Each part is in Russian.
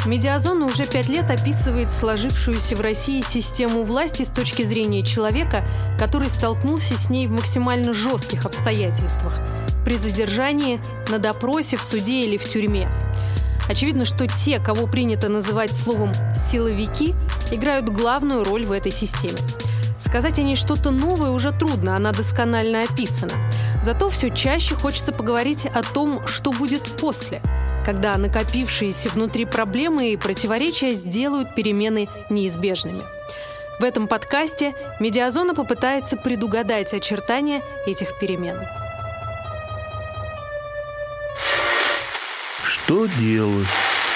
Медиазона уже 5 лет описывает сложившуюся в России систему власти с точки зрения человека, который столкнулся с ней в максимально жестких обстоятельствах – при задержании, на допросе, в суде или в тюрьме. Очевидно, что те, кого принято называть словом «силовики», играют главную роль в этой системе. Сказать о ней что-то новое уже трудно, она досконально описана. Зато все чаще хочется поговорить о том, что будет после, когда накопившиеся внутри проблемы и противоречия сделают перемены неизбежными. В этом подкасте «Медиазона» попытается предугадать очертания этих перемен. Что делать?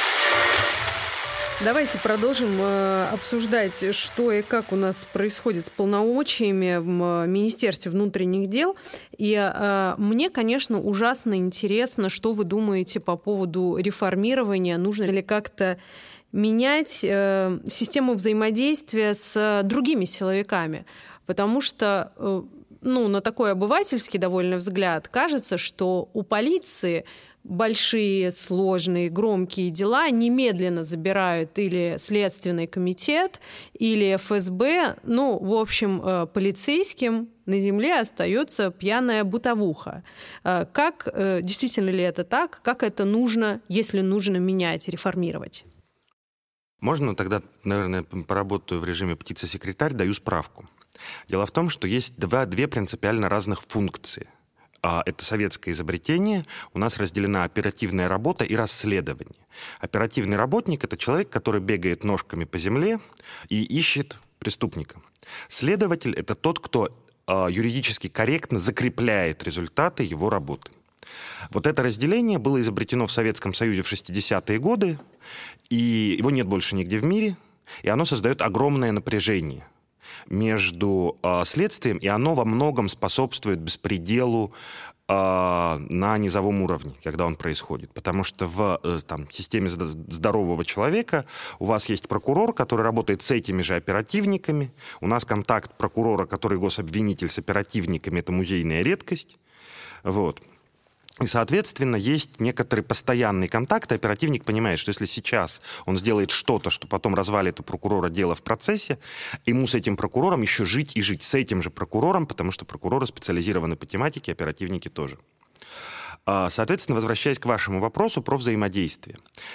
Давайте продолжим обсуждать, что и как у нас происходит с полномочиями в Министерстве внутренних дел. И мне, конечно, ужасно интересно, что вы думаете по поводу реформирования. Нужно ли как-то менять систему взаимодействия с другими силовиками? Потому что, на такой обывательский довольно взгляд, кажется, что у полиции большие, сложные, громкие дела немедленно забирают или Следственный комитет, или ФСБ. В общем, полицейским на земле остается пьяная бытовуха. Как действительно ли это так? Как это нужно, если нужно менять, реформировать? Можно тогда, наверное, поработаю в режиме птица-секретарь, даю справку. Дело в том, что есть две принципиально разных функции. Это советское изобретение. У нас разделена оперативная работа и расследование. Оперативный работник – это человек, который бегает ножками по земле и ищет преступника. Следователь – это тот, кто юридически корректно закрепляет результаты его работы. Вот это разделение было изобретено в Советском Союзе в 60-е годы, и его нет больше нигде в мире, и оно создает огромное напряжение между следствием, и оно во многом способствует беспределу на низовом уровне, когда он происходит. Потому что в системе здорового человека у вас есть прокурор, который работает с этими же оперативниками. У нас контакт прокурора, который гособвинитель, с оперативниками – это музейная редкость. Вот. И, соответственно, есть некоторый постоянный контакт, и оперативник понимает, что если сейчас он сделает что-то, что потом развалит у прокурора дело в процессе, ему с этим прокурором еще жить и жить с этим же прокурором, потому что прокуроры специализированы по тематике, оперативники тоже. Соответственно, возвращаясь к вашему вопросу про взаимодействие.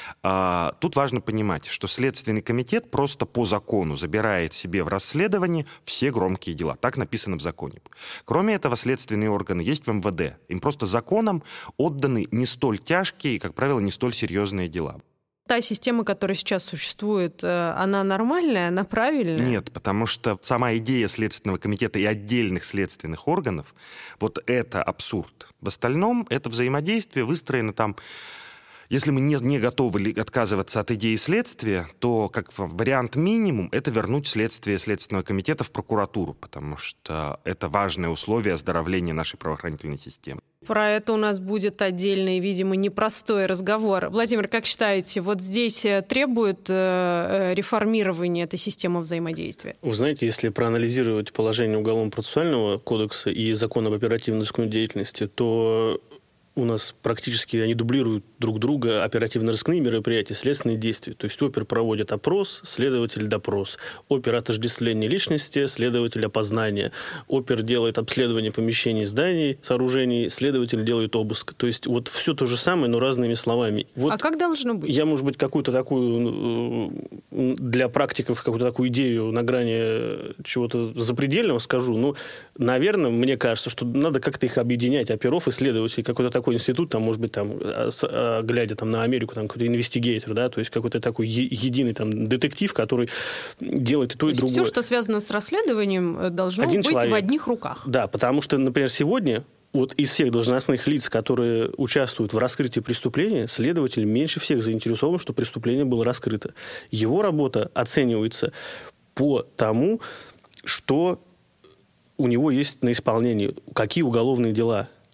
Тут важно понимать, что Следственный комитет просто по закону забирает себе в расследовании все громкие дела. Так написано в законе. Кроме этого, следственные органы есть в МВД. Им просто законом отданы не столь тяжкие и, как правило, не столь серьезные дела. Та система, которая сейчас существует, она нормальная, она правильная? Нет, потому что сама идея Следственного комитета и отдельных следственных органов, вот это абсурд. В остальном это взаимодействие выстроено там. Если мы не готовы отказываться от идеи следствия, то как вариант минимум это вернуть следствие Следственного комитета в прокуратуру, потому что это важное условие оздоровления нашей правоохранительной системы. Про это у нас будет отдельный, видимо, непростой разговор. Владимир, как считаете, вот здесь требует реформирования этой системы взаимодействия? Вы знаете, если проанализировать положение Уголовно-процессуального кодекса и Закона об оперативно-розыскной деятельности, то у нас практически они дублируют друг друга оперативно-розыскные мероприятия, следственные действия. То есть опер проводит опрос, следователь допрос. Опер отождествление личности, следователь опознание. Опер делает обследование помещений, зданий, сооружений, следователь делает обыск. То есть вот все то же самое, но разными словами. Вот а как должно быть? Я, может быть, какую-то такую для практиков какую-то такую идею на грани чего-то запредельного скажу. Ну, наверное, мне кажется, что надо как-то их объединять, оперов и следователей, какой-то такой институт, там, может быть, там, глядя там, на Америку, там, какой-то инвестигейтор, да, то есть какой-то такой единый там, детектив, который делает и то, и другое. Все, что связано с расследованием, должно Один быть человек. В одних руках. Да, потому что, например, сегодня вот из всех должностных лиц, которые участвуют в раскрытии преступления, следователь меньше всех заинтересован, что преступление было раскрыто. Его работа оценивается по тому, что у него есть на исполнении, какие уголовные дела.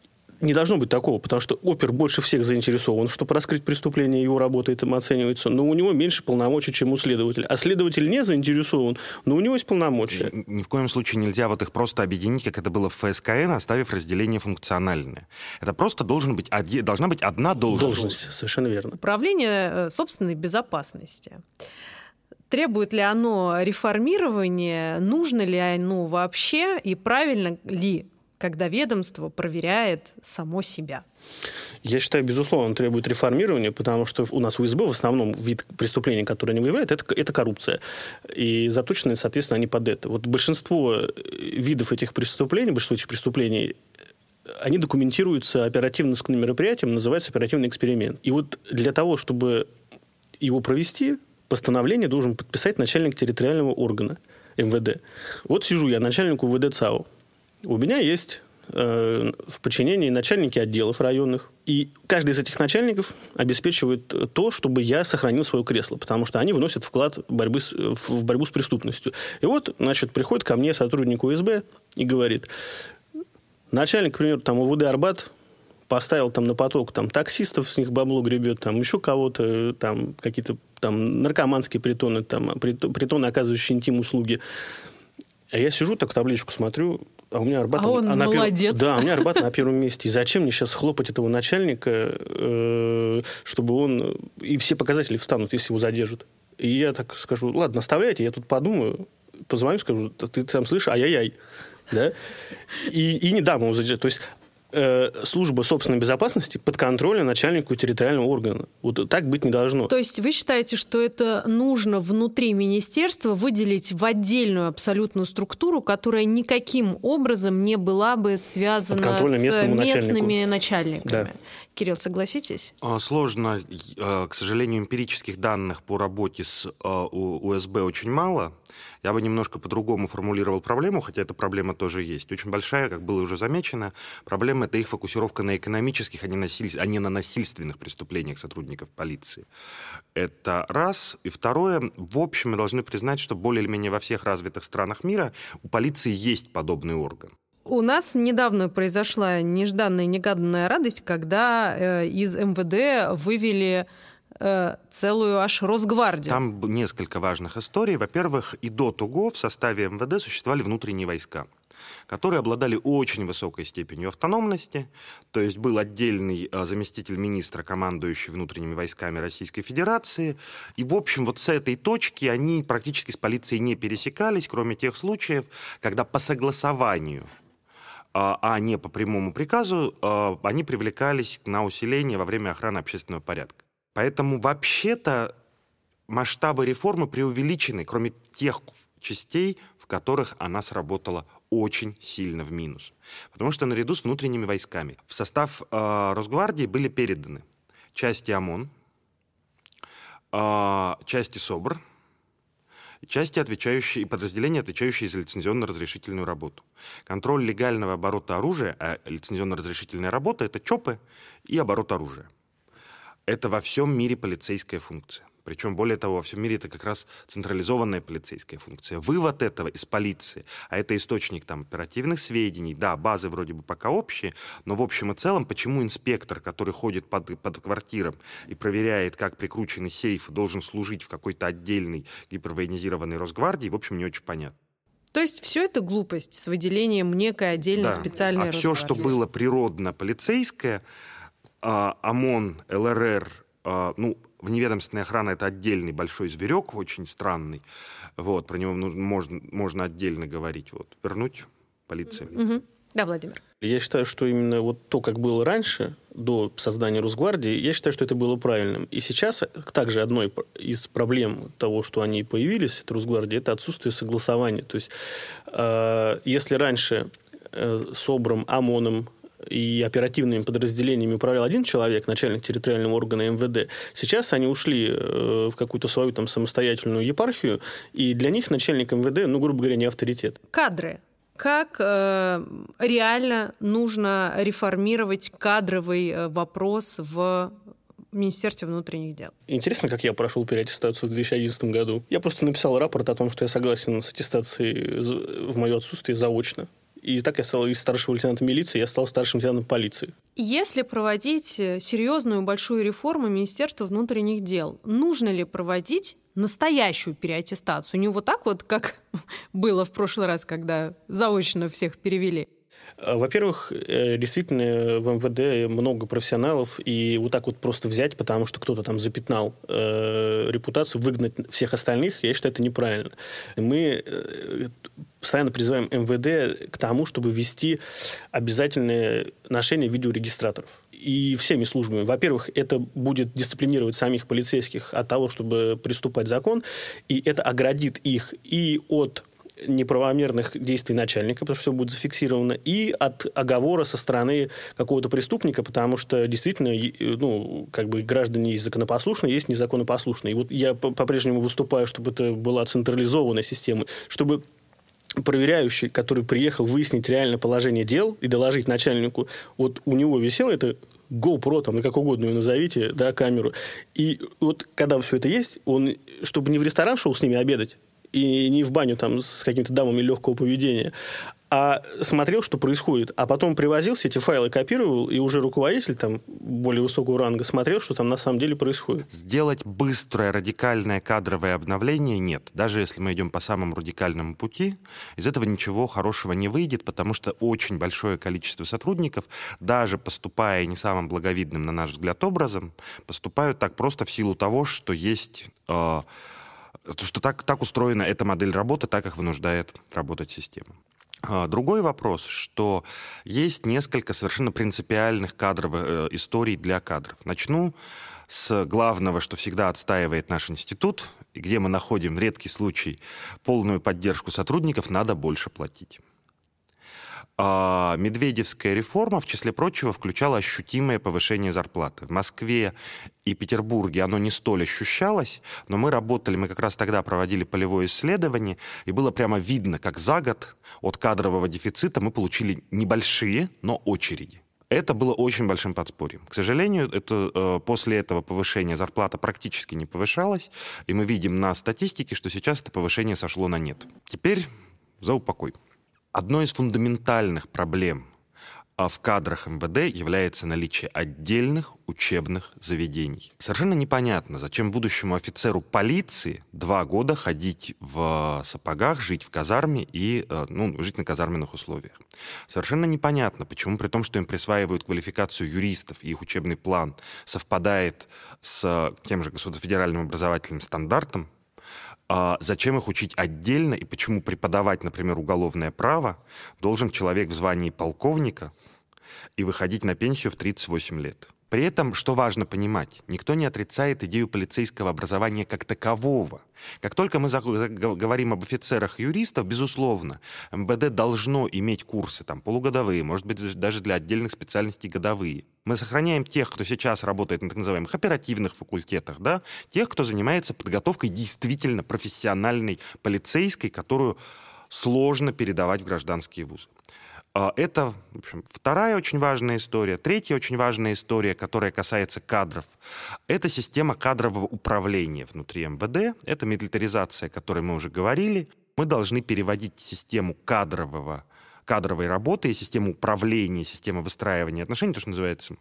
Не должно быть такого, потому что опер больше всех заинтересован, чтобы раскрыть преступление, его работа этим оценивается, но у него меньше полномочий, чем у следователя. А следователь не заинтересован, но у него есть полномочия. Ни в коем случае нельзя вот их просто объединить, как это было в ФСКН, оставив разделение функциональное. Это просто должна быть одна должность. Должность, совершенно верно. Управление собственной безопасности. Требует ли оно реформирования, нужно ли оно вообще и правильно ли, когда ведомство проверяет само себя? Я считаю, безусловно, требует реформирования, потому что у нас УСБ в основном вид преступлений, который они выявляют, это коррупция. И заточены, соответственно, они под это. Вот большинство видов этих преступлений, они документируются оперативно-розыскным мероприятием, называется оперативный эксперимент. И вот для того, чтобы его провести, постановление должен подписать начальник территориального органа МВД. Вот сижу я, начальник УВД ЦАО. У меня есть в подчинении начальники отделов районных. И каждый из этих начальников обеспечивает то, чтобы я сохранил свое кресло, потому что они вносят вклад в борьбу с преступностью. И вот, значит, приходит ко мне сотрудник УСБ и говорит: начальник, к примеру, там УВД Арбат поставил там на поток там таксистов, с них бабло гребет, там еще кого-то, там какие-то там наркоманские притоны, там притоны, оказывающие интим-услуги. А я сижу, так табличку смотрю, а у меня Арбат... он молодец. Да, у меня Арбат на первом месте. И зачем мне сейчас хлопать этого начальника, чтобы он... И все показатели встанут, если его задержат. И я так скажу: ладно, оставляйте, я тут подумаю, позвоню, скажу: ты там слышишь, ай-яй-яй. Да? И не дам ему задержать. То есть служба собственной безопасности подконтрольна начальнику территориального органа. Вот так быть не должно. То есть вы считаете, что это нужно внутри министерства выделить в отдельную абсолютную структуру, которая никаким образом не была бы связана с местными начальниками? Да. Кирилл, согласитесь? Сложно. К сожалению, эмпирических данных по работе с УСБ очень мало. Я бы немножко по-другому формулировал проблему, хотя эта проблема тоже есть. Очень большая, как было уже замечено, проблема — это их фокусировка на экономических, а не на насильственных преступлениях сотрудников полиции. Это раз. И второе, в общем, мы должны признать, что более или менее во всех развитых странах мира у полиции есть подобный орган. У нас недавно произошла нежданная, негаданная радость, когда из МВД вывели целую аж Росгвардию. Там несколько важных историй. Во-первых, и до того в составе МВД существовали внутренние войска, которые обладали очень высокой степенью автономности. То есть был отдельный заместитель министра, командующий внутренними войсками Российской Федерации. И, в общем, вот с этой точки они практически с полицией не пересекались, кроме тех случаев, когда по согласованию, а не по прямому приказу, они привлекались на усиление во время охраны общественного порядка. Поэтому вообще-то масштабы реформы преувеличены, кроме тех частей, в которых она сработала очень сильно в минус. Потому что наряду с внутренними войсками в состав Росгвардии были переданы части ОМОН, части СОБР, части, отвечающие, и подразделения, отвечающие за лицензионно-разрешительную работу. Контроль легального оборота оружия, а лицензионно-разрешительная работа — это ЧОПы и оборот оружия. Это во всем мире полицейская функция. Причем, более того, во всем мире это как раз централизованная полицейская функция. Вывод этого из полиции, а это источник там оперативных сведений, да, базы вроде бы пока общие, но в общем и целом, почему инспектор, который ходит под квартирам и проверяет, как прикручены сейфы, должен служить в какой-то отдельной гипервоенизированной Росгвардии, в общем, не очень понятно. То есть все это глупость с выделением некой отдельной специальной Росгвардии. А все, что было природно-полицейское, ОМОН, ЛРР, вневедомственная охрана — это отдельный большой зверек, очень странный. Вот, про него можно отдельно говорить. Вот, вернуть полиции. Угу. Да, Владимир. Я считаю, что именно вот то, как было раньше, до создания Росгвардии, я считаю, что это было правильным. И сейчас также одной из проблем того, что они появились, это Росгвардия, это отсутствие согласования. То есть, если раньше СОБРом, ОМОНом и оперативными подразделениями управлял один человек, начальник территориального органа МВД, сейчас они ушли в какую-то свою там самостоятельную епархию, и для них начальник МВД, грубо говоря, не авторитет. Кадры. Как реально нужно реформировать кадровый вопрос в Министерстве внутренних дел? Интересно, как я прошел переаттестацию в 2011 году. Я просто написал рапорт о том, что я согласен с аттестацией в мое отсутствие заочно. И так я стал из старшего лейтенанта милиции, я стал старшим лейтенантом полиции. Если проводить серьезную большую реформу Министерства внутренних дел, нужно ли проводить настоящую переаттестацию? Не вот так вот, как было в прошлый раз, когда заочно всех перевели? Во-первых, действительно, в МВД много профессионалов, и вот так вот просто взять, потому что кто-то там запятнал репутацию, выгнать всех остальных, я считаю, это неправильно. Мы постоянно призываем МВД к тому, чтобы ввести обязательное ношение видеорегистраторов. И всеми службами. Во-первых, это будет дисциплинировать самих полицейских от того, чтобы приступать закон, и это оградит их и от неправомерных действий начальника, потому что все будет зафиксировано, и от оговора со стороны какого-то преступника, потому что действительно, граждане есть законопослушные, есть незаконопослушные. И вот я по-прежнему выступаю, чтобы это была централизованная система, чтобы проверяющий, который приехал выяснить реальное положение дел и доложить начальнику, вот у него висело это GoPro, там, и как угодно ее назовите, да, камеру. И вот когда все это есть, он, чтобы не в ресторан шел с ними обедать, и не в баню там с какими-то дамами легкого поведения, а смотрел, что происходит. А потом привозил, все эти файлы копировал, и уже руководитель там более высокого ранга смотрел, что там на самом деле происходит. Сделать быстрое, радикальное кадровое обновление нет. Даже если мы идем по самому радикальному пути, из этого ничего хорошего не выйдет, потому что очень большое количество сотрудников, даже поступая не самым благовидным, на наш взгляд, образом, поступают так просто в силу того, что есть... что так устроена эта модель работы, так их вынуждает работать система. Другой вопрос, что есть несколько совершенно принципиальных кадровых историй для кадров. Начну с главного, что всегда отстаивает наш институт, и где мы находим редкий случай полную поддержку сотрудников, надо больше платить. Медведевская реформа, в числе прочего, включала ощутимое повышение зарплаты. В Москве и Петербурге оно не столь ощущалось, но мы как раз тогда проводили полевое исследование, и было прямо видно, как за год от кадрового дефицита мы получили небольшие, но очереди. Это было очень большим подспорьем. К сожалению, после этого повышения зарплата практически не повышалась, и мы видим на статистике, что сейчас это повышение сошло на нет. Теперь за упокой. Одной из фундаментальных проблем в кадрах МВД является наличие отдельных учебных заведений. Совершенно непонятно, зачем будущему офицеру полиции 2 года ходить в сапогах, жить в казарме и жить на казарменных условиях. Совершенно непонятно, почему, при том, что им присваивают квалификацию юристов, и их учебный план совпадает с тем же федеральным образовательным стандартом, зачем их учить отдельно и почему преподавать, например, уголовное право должен человек в звании полковника и выходить на пенсию в 38 лет. При этом, что важно понимать, никто не отрицает идею полицейского образования как такового. Как только мы говорим об офицерах и юристах, безусловно, МВД должно иметь курсы полугодовые, может быть, даже для отдельных специальностей годовые. Мы сохраняем тех, кто сейчас работает на так называемых оперативных факультетах, да, тех, кто занимается подготовкой действительно профессиональной полицейской, которую сложно передавать в гражданские вузы. Это, в общем, вторая очень важная история. Третья очень важная история, которая касается кадров, это система кадрового управления внутри МВД. Это милитаризация, о которой мы уже говорили. Мы должны переводить систему кадровой работы и систему управления, систему выстраивания отношений, то, что называется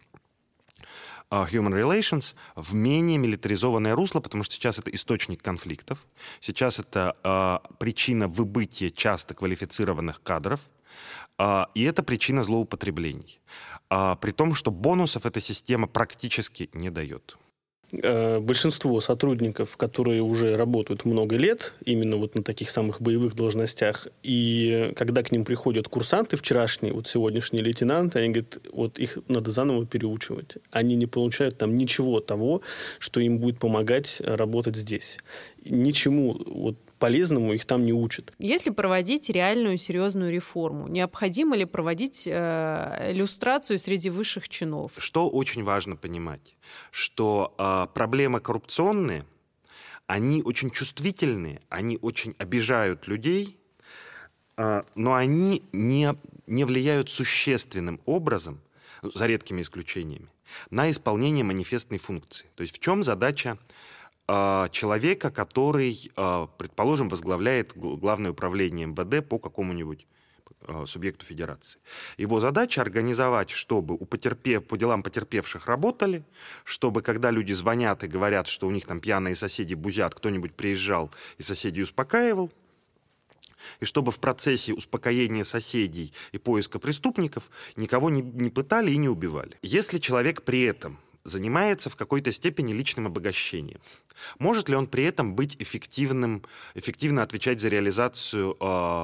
human relations, в менее милитаризованное русло, потому что сейчас это источник конфликтов, сейчас это причина выбытия часто квалифицированных кадров, и это причина злоупотреблений. При том, что бонусов эта система практически не дает. Большинство сотрудников, которые уже работают много лет, именно вот на таких самых боевых должностях, и когда к ним приходят курсанты вчерашние, вот сегодняшние лейтенанты, они говорят, вот их надо заново переучивать. Они не получают там ничего того, что им будет помогать работать здесь. Ничему полезному их там не учат. Если проводить реальную серьезную реформу, необходимо ли проводить люстрацию среди высших чинов? Что очень важно понимать, что проблемы коррупционные, они очень чувствительные, они очень обижают людей, но они не влияют существенным образом, за редкими исключениями, на исполнение манифестной функции. То есть в чем задача человека, который, предположим, возглавляет Главное управление МВД по субъекту федерации. Его задача организовать, чтобы по делам потерпевших работали, чтобы когда люди звонят и говорят, что у них там пьяные соседи бузят, кто-нибудь приезжал и соседей успокаивал, и чтобы в процессе успокоения соседей и поиска преступников никого не пытали и не убивали. Если человек при этом занимается в какой-то степени личным обогащением, может ли он при этом быть эффективно отвечать за реализацию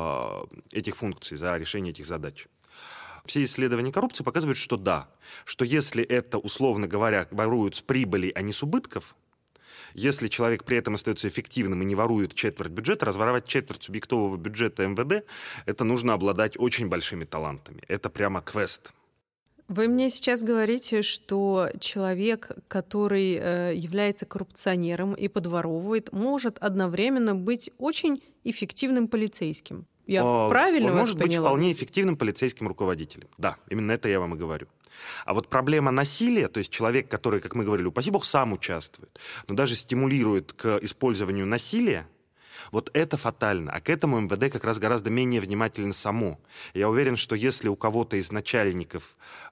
этих функций, за решение этих задач? Все исследования коррупции показывают, что да, что если это, условно говоря, воруют с прибыли, а не с убытков, если человек при этом остается эффективным и не ворует четверть бюджета, разворовать четверть субъектового бюджета МВД, это нужно обладать очень большими талантами. Это прямо квест. Вы мне сейчас говорите, что человек, который является коррупционером и подворовывает, может одновременно быть очень эффективным полицейским. Я правильно вас поняла? Он может быть вполне эффективным полицейским руководителем. Да, именно это я вам и говорю. А вот проблема насилия, то есть человек, который, как мы говорили, упаси бог, сам участвует, но даже стимулирует к использованию насилия, вот это фатально. А к этому МВД как раз гораздо менее внимательно само. Я уверен, что если у кого-то из начальников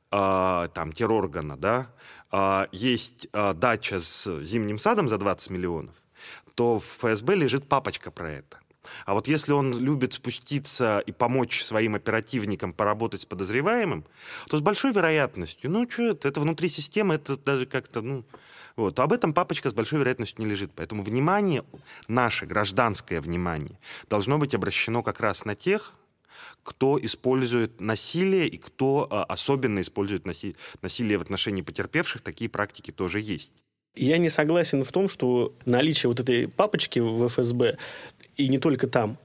тероргана, да, есть дача с зимним садом за 20 миллионов, то в ФСБ лежит папочка про это. А вот если он любит спуститься и помочь своим оперативникам поработать с подозреваемым, то с большой вероятностью, это внутри системы, это даже как-то, вот. Об этом папочка с большой вероятностью не лежит. Поэтому внимание, наше гражданское внимание, должно быть обращено как раз на тех, кто использует насилие и кто особенно использует насилие в отношении потерпевших. Такие практики тоже есть. Я не согласен в том, что наличие вот этой папочки в ФСБ, и не только там,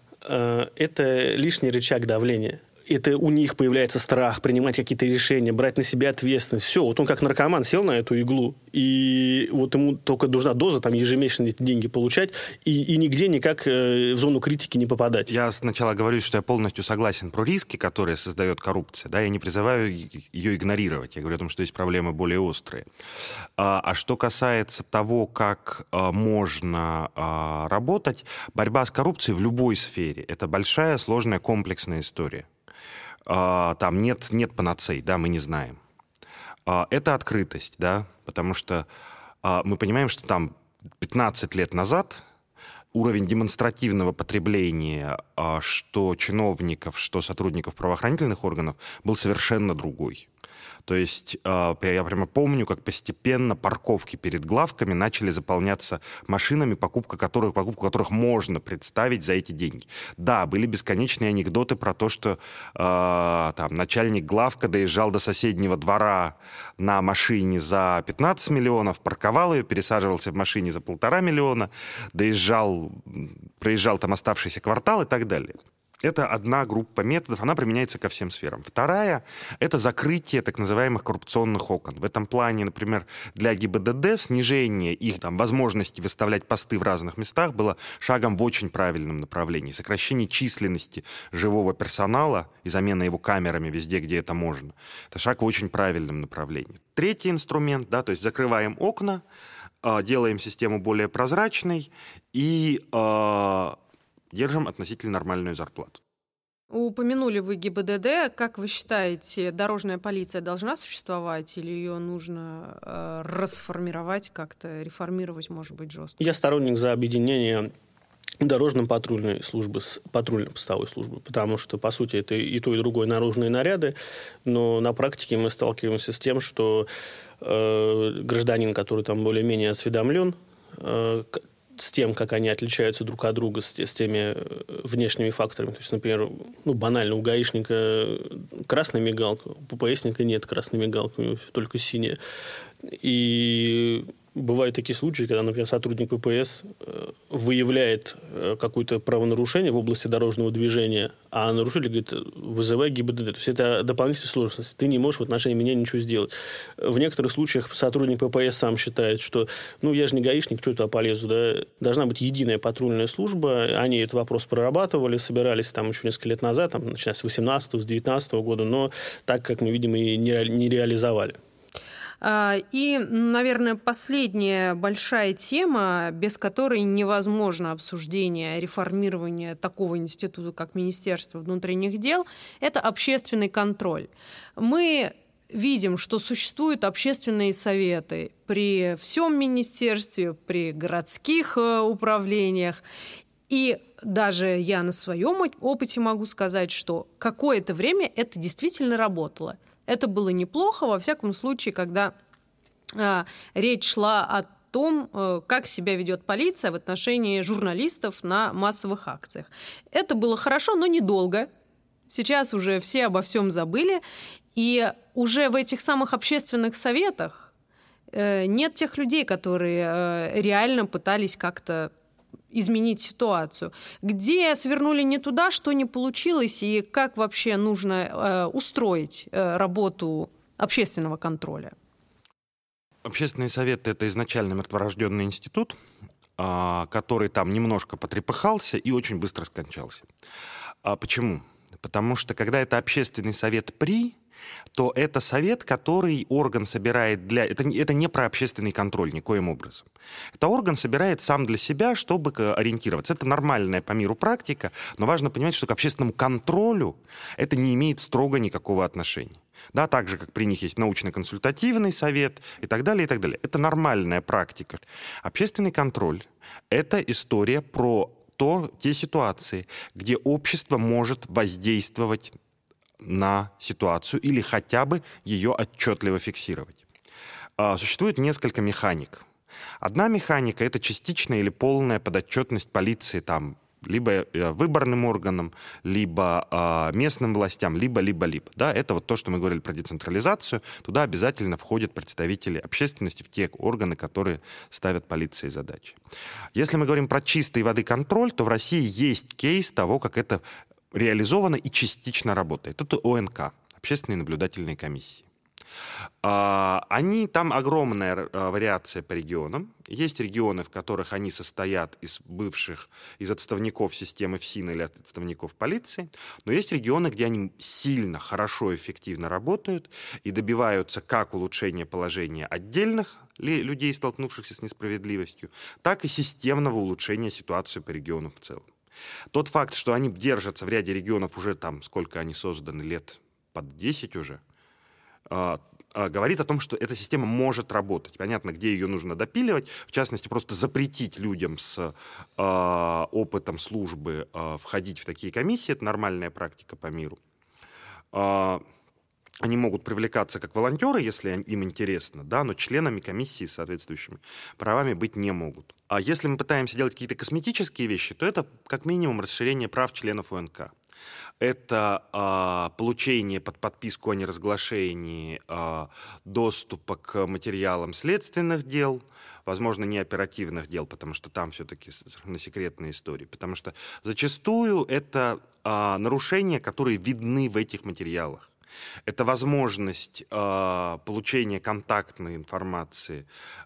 это лишний рычаг давления. Это у них появляется страх принимать какие-то решения, брать на себя ответственность. Все, вот он как наркоман сел на эту иглу, и вот ему только нужна доза, там ежемесячно эти деньги получать, и нигде никак в зону критики не попадать. Я сначала говорю, что я полностью согласен про риски, которые создает коррупция. Да, я не призываю ее игнорировать. Я говорю о том, что есть проблемы более острые. А что касается того, как можно работать, борьба с коррупцией в любой сфере – это большая, сложная, комплексная история. Там нет панацей, да, мы не знаем. Это открытость, да, потому что мы понимаем, что там 15 лет назад уровень демонстративного потребления что чиновников, что сотрудников правоохранительных органов был совершенно другой. То есть я прямо помню, как постепенно парковки перед главками начали заполняться машинами, покупку которых можно представить за эти деньги. Да, были бесконечные анекдоты про то, что начальник главка доезжал до соседнего двора на машине за 15 миллионов, парковал ее, пересаживался в машине за 1,5 миллиона, проезжал там оставшийся квартал и так далее. Это одна группа методов, она применяется ко всем сферам. Вторая – это закрытие так называемых коррупционных окон. В этом плане, например, для ГИБДД снижение их возможности выставлять посты в разных местах было шагом в очень правильном направлении. Сокращение численности живого персонала и замена его камерами везде, где это можно – это шаг в очень правильном направлении. Третий инструмент, да, то есть закрываем окна, делаем систему более прозрачной и держим относительно нормальную зарплату. Упомянули вы ГИБДД. Как вы считаете, дорожная полиция должна существовать или ее нужно расформировать, как-то реформировать, может быть, жестко? Я сторонник за объединение дорожно-патрульной службы с патрульно-постовой службой, потому что, по сути, это и то, и другое наружные наряды, но на практике мы сталкиваемся с тем, что гражданин, который там более-менее осведомлен, с тем, как они отличаются друг от друга, с теми внешними факторами. То есть, например, банально, у гаишника красная мигалка, у ППСника нет красной мигалки, у него только синяя. И бывают такие случаи, когда, например, сотрудник ППС выявляет какое-то правонарушение в области дорожного движения, а нарушитель говорит: вызывай ГИБДД. То есть это дополнительная сложность. Ты не можешь в отношении меня ничего сделать. В некоторых случаях сотрудник ППС сам считает, что я же не гаишник, что я туда полезу. Да? Должна быть единая патрульная служба. Они этот вопрос прорабатывали, собирались там еще несколько лет назад, начиная с 18-го, с 19-го года, но так, как мы видим, и не реализовали. И, наверное, последняя большая тема, без которой невозможно обсуждение реформирования такого института, как Министерство внутренних дел, это общественный контроль. Мы видим, что существуют общественные советы при всем министерстве, при городских управлениях. И даже я на своем опыте могу сказать, что какое-то время это действительно работало. Это было неплохо, во всяком случае, когда речь шла о том, как себя ведет полиция в отношении журналистов на массовых акциях. Это было хорошо, но недолго. Сейчас уже все обо всем забыли. И уже в этих самых общественных советах нет тех людей, которые реально пытались как-то изменить ситуацию. Где свернули не туда, что не получилось, и как вообще нужно устроить работу общественного контроля? Общественные советы – это изначально мертворожденный институт, который там немножко потрепыхался и очень быстро скончался. Почему? Потому что когда это общественный совет то это совет, который орган собирает для... Это не про общественный контроль никоим образом. Это орган собирает сам для себя, чтобы ориентироваться. Это нормальная по миру практика, но важно понимать, что к общественному контролю это не имеет строго никакого отношения. Да, так же, как при них есть научно-консультативный совет и так далее, и так далее. Это нормальная практика. Общественный контроль – это история про те ситуации, где общество может воздействовать на ситуацию или хотя бы ее отчетливо фиксировать. Существует несколько механик. Одна механика – это частичная или полная подотчетность полиции там, либо выборным органам, либо местным властям, либо. Да, это вот то, что мы говорили про децентрализацию. Туда обязательно входят представители общественности в те органы, которые ставят полиции задачи. Если мы говорим про чистой воды контроль, то в России есть кейс того, как это реализовано и частично работает. Это ОНК, общественные наблюдательные комиссии. Там огромная вариация по регионам. Есть регионы, в которых они состоят из отставников системы ФСИН или отставников полиции, но есть регионы, где они сильно, хорошо, эффективно работают и добиваются как улучшения положения отдельных людей, столкнувшихся с несправедливостью, так и системного улучшения ситуации по региону в целом. Тот факт, что они держатся в ряде регионов уже там, сколько они созданы, лет под 10 уже, говорит о том, что эта система может работать. Понятно, где ее нужно допиливать, в частности, просто запретить людям с опытом службы входить в такие комиссии, это нормальная практика по миру. Они могут привлекаться как волонтеры, если им интересно, да, но членами комиссии с соответствующими правами быть не могут. А если мы пытаемся делать какие-то косметические вещи, то это как минимум расширение прав членов ОНК. Это получение под подписку о неразглашении доступа к материалам следственных дел, возможно, не оперативных дел, потому что там все-таки совершенно секретные истории. Потому что зачастую это нарушения, которые видны в этих материалах. Это возможность получения контактной информации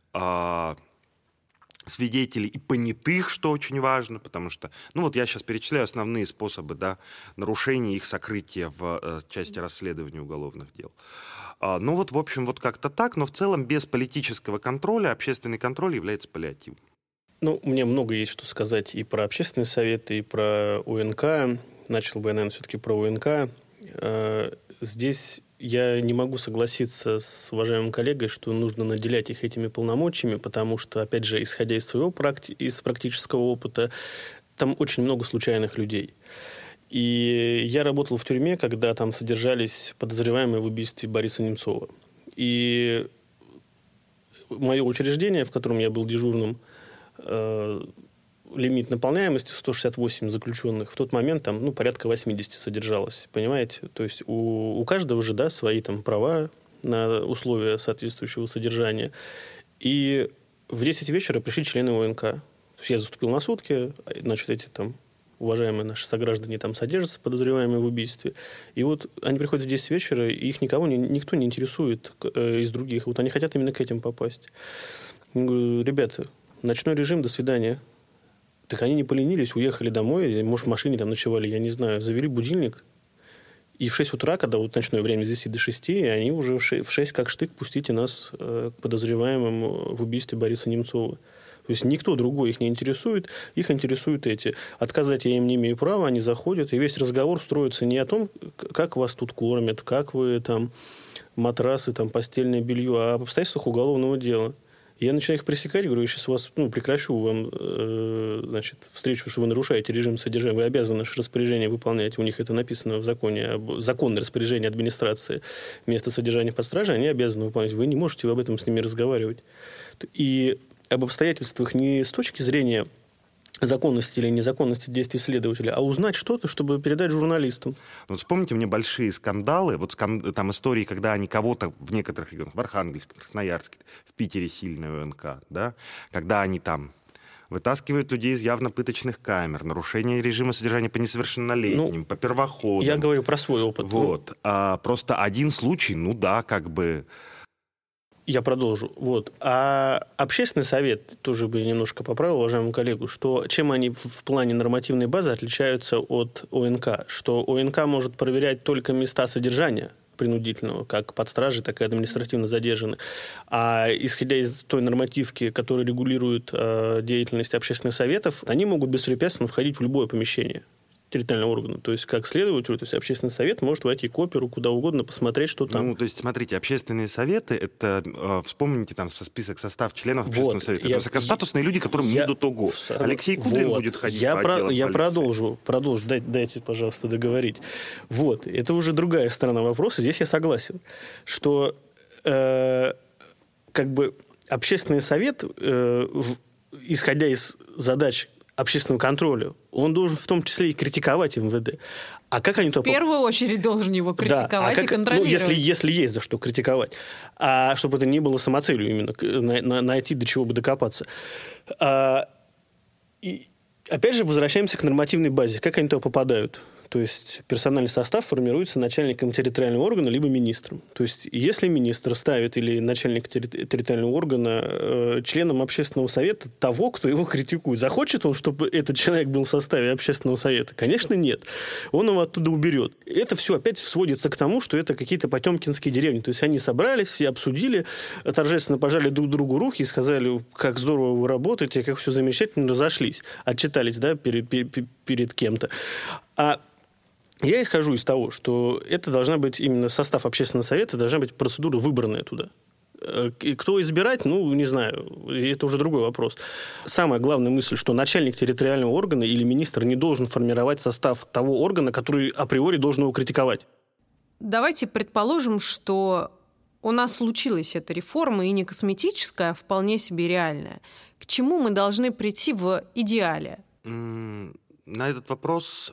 свидетелей и понятых, что очень важно, потому что, я сейчас перечисляю основные способы, да, нарушения их сокрытия в части расследования уголовных дел. В общем, как-то так, но в целом без политического контроля общественный контроль является паллиативом. Мне много есть что сказать и про общественные советы, и про УНК. Начал бы я, наверное, все-таки про УНК. Здесь я не могу согласиться с уважаемым коллегой, что нужно наделять их этими полномочиями, потому что, опять же, исходя из своего практического опыта, там очень много случайных людей. И я работал в тюрьме, когда там содержались подозреваемые в убийстве Бориса Немцова. И мое учреждение, в котором я был дежурным, лимит наполняемости 168 заключенных. В тот момент там, порядка 80 содержалось. Понимаете? То есть у каждого же, да, свои там права на условия соответствующего содержания. И в 10 вечера пришли члены ОНК. То есть я заступил на сутки, значит, эти там уважаемые наши сограждане там содержатся, подозреваемые в убийстве. И они приходят в 10 вечера, и их никто не интересует из других. Они хотят именно к этим попасть. Я говорю: ребята, ночной режим, до свидания. Так они не поленились, уехали домой, может, в машине там ночевали, я не знаю, завели будильник И в 6 утра, когда вот ночное время с 10 до 6, они уже в 6 как штык пустите нас к подозреваемым в убийстве Бориса Немцова. То есть никто другой их не интересует, их интересуют эти. Отказать я им не имею права, они заходят, и весь разговор строится не о том, как вас тут кормят, как вы там матрасы, там, постельное белье, а об обстоятельствах уголовного дела. Я начинаю их пресекать, говорю, я сейчас вас прекращу вам встречу, потому что вы нарушаете режим содержания, вы обязаны наше распоряжение выполнять. У них это написано в законе, законное распоряжение администрации места содержания под стражей, они обязаны выполнять. Вы не можете об этом с ними разговаривать. И об обстоятельствах не с точки зрения законности или незаконности действий следователя, а узнать что-то, чтобы передать журналистам. Вот вспомните мне большие скандалы, вот там истории, когда они кого-то в некоторых регионах, в Архангельске, в Красноярске, в Питере сильная ОНК, да, когда они там вытаскивают людей из явно пыточных камер, нарушение режима содержания по несовершеннолетним, по первоходам. Я говорю про свой опыт. Вот. Просто один случай, Я продолжу. А общественный совет, тоже бы немножко поправил уважаемому коллегу, что чем они в плане нормативной базы отличаются от ОНК? Что ОНК может проверять только места содержания принудительного, как под стражей, так и административно задержанных. А исходя из той нормативки, которая регулирует деятельность общественных советов, они могут беспрепятственно входить в любое помещение территориального органа. То есть, как следователь, то есть общественный совет может войти к оперу, куда угодно, посмотреть, что там. То есть, смотрите, общественные советы, это, вспомните там состав членов общественного совета. Это высокостатусные люди, которым не до того. Алексей Кудрин будет ходить по отделам Я полиции. продолжу. Дайте, пожалуйста, договорить. Это уже другая сторона вопроса. Здесь я согласен, что общественный совет, исходя из задач общественного контроля, он должен в том числе и критиковать МВД. А как они в первую очередь должен его критиковать и контролировать. Если есть за что критиковать. А чтобы это не было самоцелью именно, найти, до чего бы докопаться. И опять же, возвращаемся к нормативной базе. Как они туда попадают? То есть персональный состав формируется начальником территориального органа либо министром. То есть если министр ставит или начальник территориального органа членом общественного совета того, кто его критикует, захочет он, чтобы этот человек был в составе общественного совета? Конечно, нет. Он его оттуда уберет. Это все опять сводится к тому, что это какие-то потемкинские деревни. То есть они собрались, все обсудили, торжественно пожали друг другу руки и сказали, как здорово вы работаете, как все замечательно, разошлись. Отчитались, да, перед кем-то. Я исхожу из того, что это должна быть именно состав общественного совета, должна быть процедура выборная туда. И кто избирать, не знаю, это уже другой вопрос. Самая главная мысль, что начальник территориального органа или министр не должен формировать состав того органа, который априори должен его критиковать. Давайте предположим, что у нас случилась эта реформа, и не косметическая, а вполне себе реальная. К чему мы должны прийти в идеале? На этот вопрос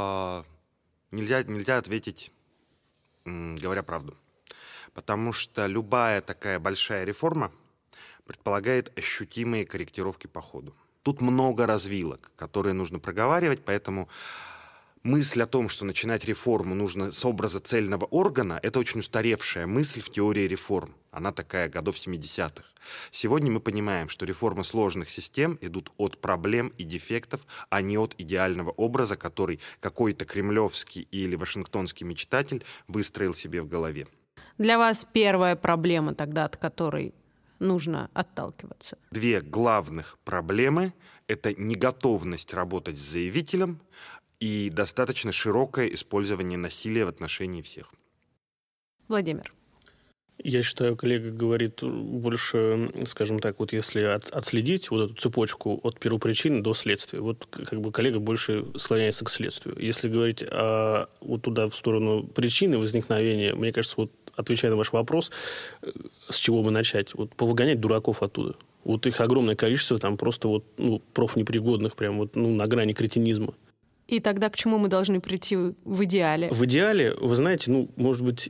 нельзя ответить, говоря правду. Потому что любая такая большая реформа предполагает ощутимые корректировки по ходу. Тут много развилок, которые нужно проговаривать, поэтому мысль о том, что начинать реформу нужно с образа цельного органа, это очень устаревшая мысль в теории реформ. Она такая годов 70-х. Сегодня мы понимаем, что реформы сложных систем идут от проблем и дефектов, а не от идеального образа, который какой-то кремлевский или вашингтонский мечтатель выстроил себе в голове. Для вас первая проблема тогда, от которой нужно отталкиваться? Две главных проблемы – это неготовность работать с заявителем и достаточно широкое использование насилия в отношении всех. Владимир. Я считаю, коллега говорит больше, скажем так, если отследить эту цепочку от первопричины до следствия. Коллега больше склоняется к следствию. Если говорить туда в сторону причины возникновения, мне кажется, отвечая на ваш вопрос, с чего бы начать? Повыгонять дураков оттуда. Их огромное количество, там просто профнепригодных, прям на грани кретинизма. И тогда к чему мы должны прийти в идеале? В идеале, вы знаете, может быть,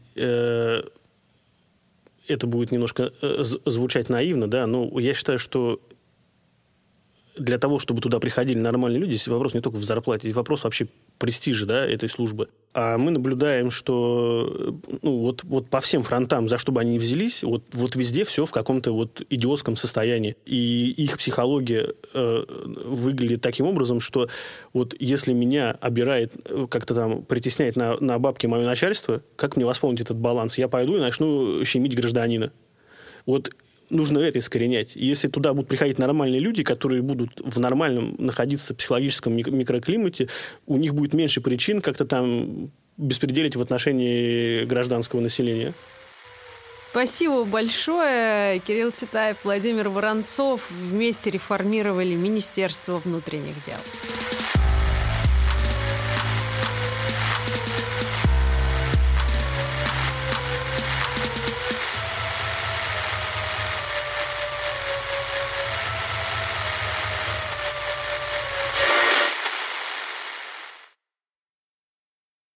это будет немножко звучать наивно, да, но я считаю, что для того, чтобы туда приходили нормальные люди, здесь вопрос не только в зарплате, здесь вопрос вообще престижа, да, этой службы. А мы наблюдаем, что вот по всем фронтам, за что бы они ни взялись, вот везде все в каком-то вот идиотском состоянии. И их психология выглядит таким образом, что вот если меня обирает, как-то там притесняет на бабки мое начальство, как мне восполнить этот баланс? Я пойду и начну щемить гражданина. Вот нужно это искоренять. Если туда будут приходить нормальные люди, которые будут в нормальном находиться психологическом микроклимате, у них будет меньше причин как-то там беспределить в отношении гражданского населения. Спасибо большое. Кирилл Титаев, Владимир Воронцов вместе реформировали Министерство внутренних дел.